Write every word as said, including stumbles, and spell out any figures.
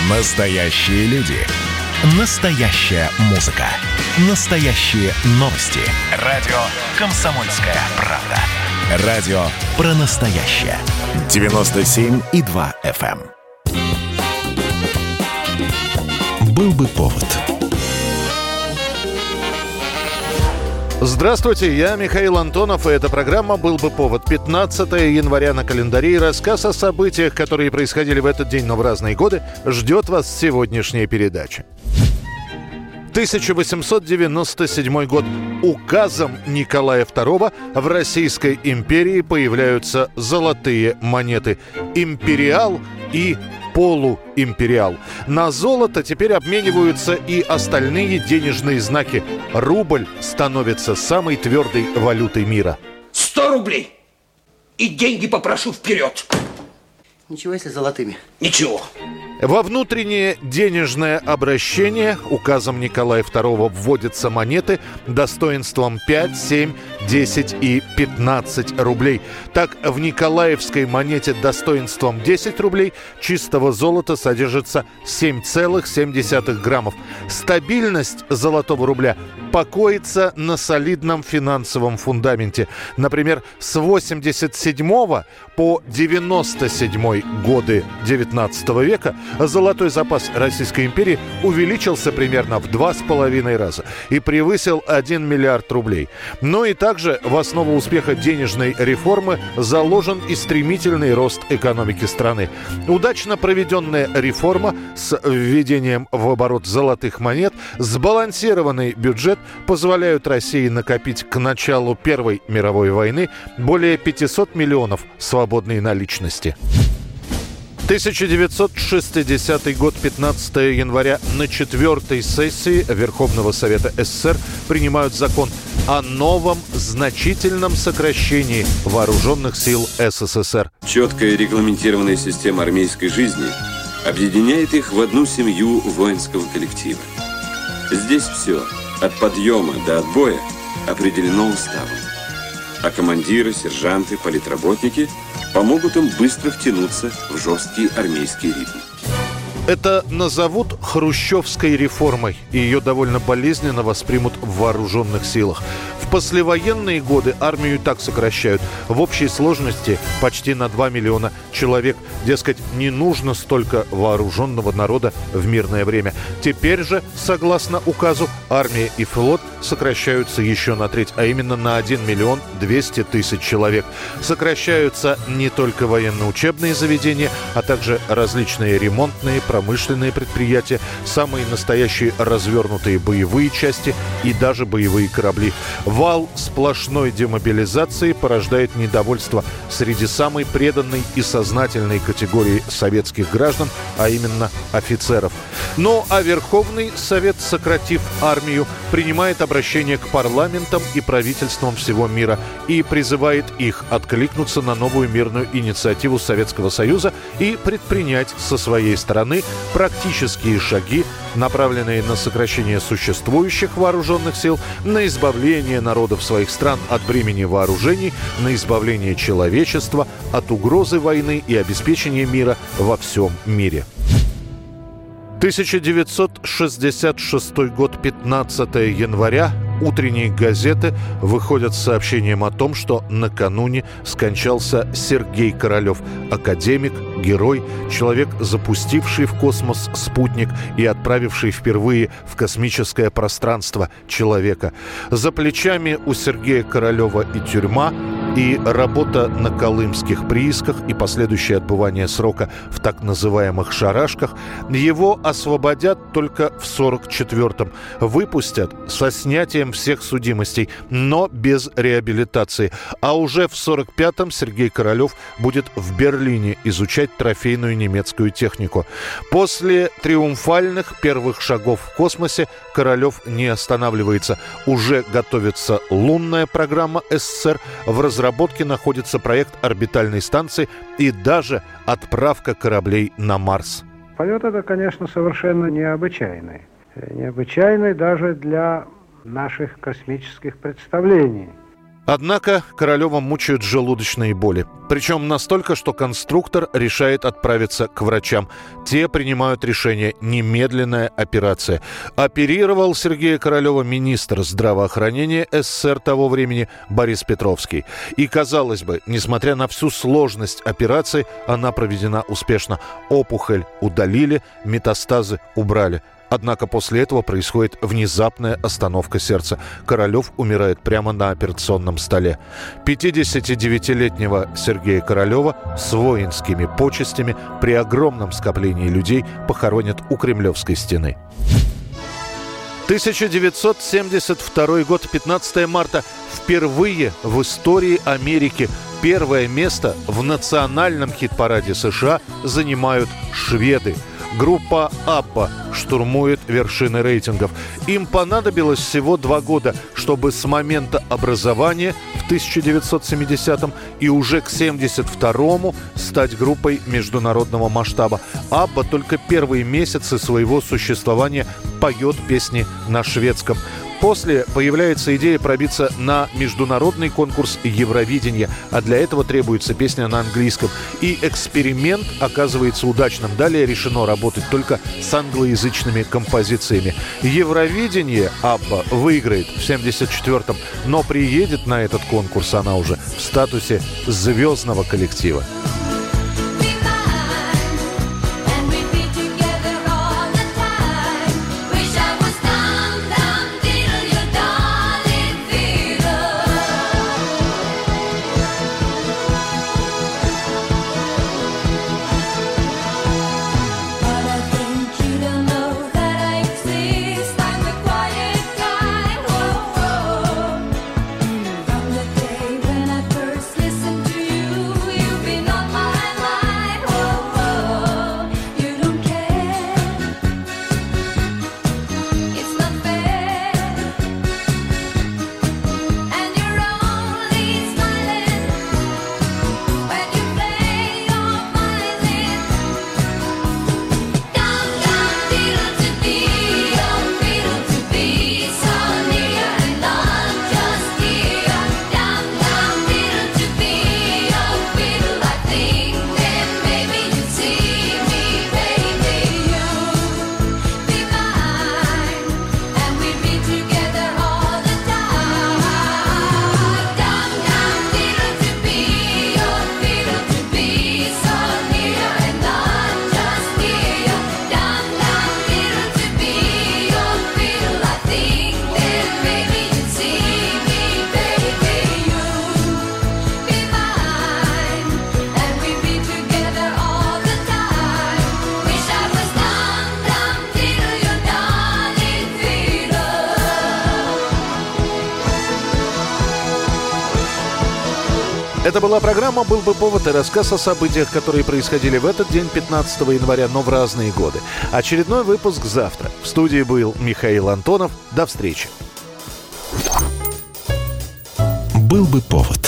Настоящие люди. Настоящая музыка. Настоящие новости. Радио «Комсомольская правда». Радио про настоящее. девяносто семь и два эф эм. Был бы повод. Здравствуйте, я Михаил Антонов, и эта программа «Был бы повод». пятнадцатое января на календаре, и рассказ о событиях, которые происходили в этот день, но в разные годы, ждет вас сегодняшняя передача. тысяча восемьсот девяносто седьмой год. Указом Николая второго в Российской империи появляются золотые монеты «Империал» и полуимпериал. На золото теперь обмениваются и остальные денежные знаки. Рубль становится самой твердой валютой мира. Сто рублей! И деньги попрошу вперед! Ничего, если золотыми? Ничего. Во внутреннее денежное обращение указом Николая второго вводятся монеты достоинством пять, семь, десять и пятнадцать рублей. Так, в николаевской монете достоинством десять рублей чистого золота содержится семь целых семь десятых граммов. Стабильность золотого рубля покоится на солидном финансовом фундаменте. Например, с восемьдесят седьмого по девяносто седьмой годы девятнадцатого века золотой запас Российской империи увеличился примерно в два с половиной раза и превысил один миллиард рублей. Но и также в основу успеха денежной реформы заложен и стремительный рост экономики страны. Удачно проведенная реформа с введением в оборот золотых монет, сбалансированный бюджет позволяют России накопить к началу Первой мировой войны более пятьсот миллионов свободной наличности. тысяча девятьсот шестидесятый год, пятнадцатое января, на четвертой сессии Верховного Совета СССР принимают закон о новом значительном сокращении вооруженных сил СССР. Четкая регламентированная система армейской жизни объединяет их в одну семью воинского коллектива. Здесь все, от подъема до отбоя, определено уставом. А командиры, сержанты, политработники помогут им быстро втянуться в жесткий армейский ритм. Это назовут хрущевской реформой, и ее довольно болезненно воспримут в вооруженных силах. В послевоенные годы армию и так сокращают. В общей сложности почти на два миллиона человек. Дескать, не нужно столько вооруженного народа в мирное время. Теперь же, согласно указу, армия и флот сокращаются еще на треть, а именно на один миллион двести тысяч человек. Сокращаются не только военно-учебные заведения, а также различные ремонтные, промышленные предприятия, самые настоящие развернутые боевые части и даже боевые корабли. Вал сплошной демобилизации порождает недовольство среди самой преданной и сознательной категории советских граждан, а именно офицеров. Ну а Верховный Совет, сократив армию, принимает обращение к парламентам и правительствам всего мира и призывает их откликнуться на новую мирную инициативу Советского Союза и предпринять со своей стороны практические шаги, направленные на сокращение существующих вооруженных сил, на избавление народов своих стран от бремени вооружений, на избавление человечества от угрозы войны и обеспечение мира во всем мире. тысяча девятьсот шестьдесят шестой год, пятнадцатое января. Утренние газеты выходят с сообщением о том, что накануне скончался Сергей Королев, академик, герой, человек, запустивший в космос спутник и отправивший впервые в космическое пространство человека. За плечами у Сергея Королева и тюрьма, и работа на колымских приисках, и последующее отбывание срока в так называемых шарашках. Его освободят только в сорок четвёртом. Выпустят со снятием всех судимостей, но без реабилитации. А уже в сорок пятом Сергей Королев будет в Берлине изучать трофейную немецкую технику. После триумфальных первых шагов в космосе Королев не останавливается. Уже готовится лунная программа СССР, в разработке находится проект орбитальной станции и даже отправка кораблей на Марс. Полет это, конечно, совершенно необычайный. Необычайный даже для наших космических представлений. Однако Королева мучают желудочные боли. Причем настолько, что конструктор решает отправиться к врачам. Те принимают решение – немедленная операция. Оперировал Сергея Королева министр здравоохранения СССР того времени Борис Петровский. И, казалось бы, несмотря на всю сложность операции, она проведена успешно. Опухоль удалили, метастазы убрали. Однако после этого происходит внезапная остановка сердца. Королев умирает прямо на операционном столе. пятидесятидевятилетнего Сергея Королева с воинскими почестями при огромном скоплении людей похоронят у Кремлевской стены. тысяча девятьсот семьдесят второй год, пятнадцатое марта. Впервые в истории Америки первое место в национальном хит-параде США занимают шведы. Группа «Абба» штурмует вершины рейтингов. Им понадобилось всего два года, чтобы с момента образования в тысяча девятьсот семидесятом и уже к семьдесят второму стать группой международного масштаба. «Абба» только первые месяцы своего существования поет песни на шведском. После появляется идея пробиться на международный конкурс Евровидения, а для этого требуется песня на английском. И эксперимент оказывается удачным. Далее решено работать только с англоязычными композициями. Евровидение Абба выиграет в семьдесят четвёртом, но приедет на этот конкурс она уже в статусе звездного коллектива. Это была программа «Был бы повод» и рассказ о событиях, которые происходили в этот день, пятнадцатого января, но в разные годы. Очередной выпуск завтра. В студии был Михаил Антонов. До встречи. «Был бы повод».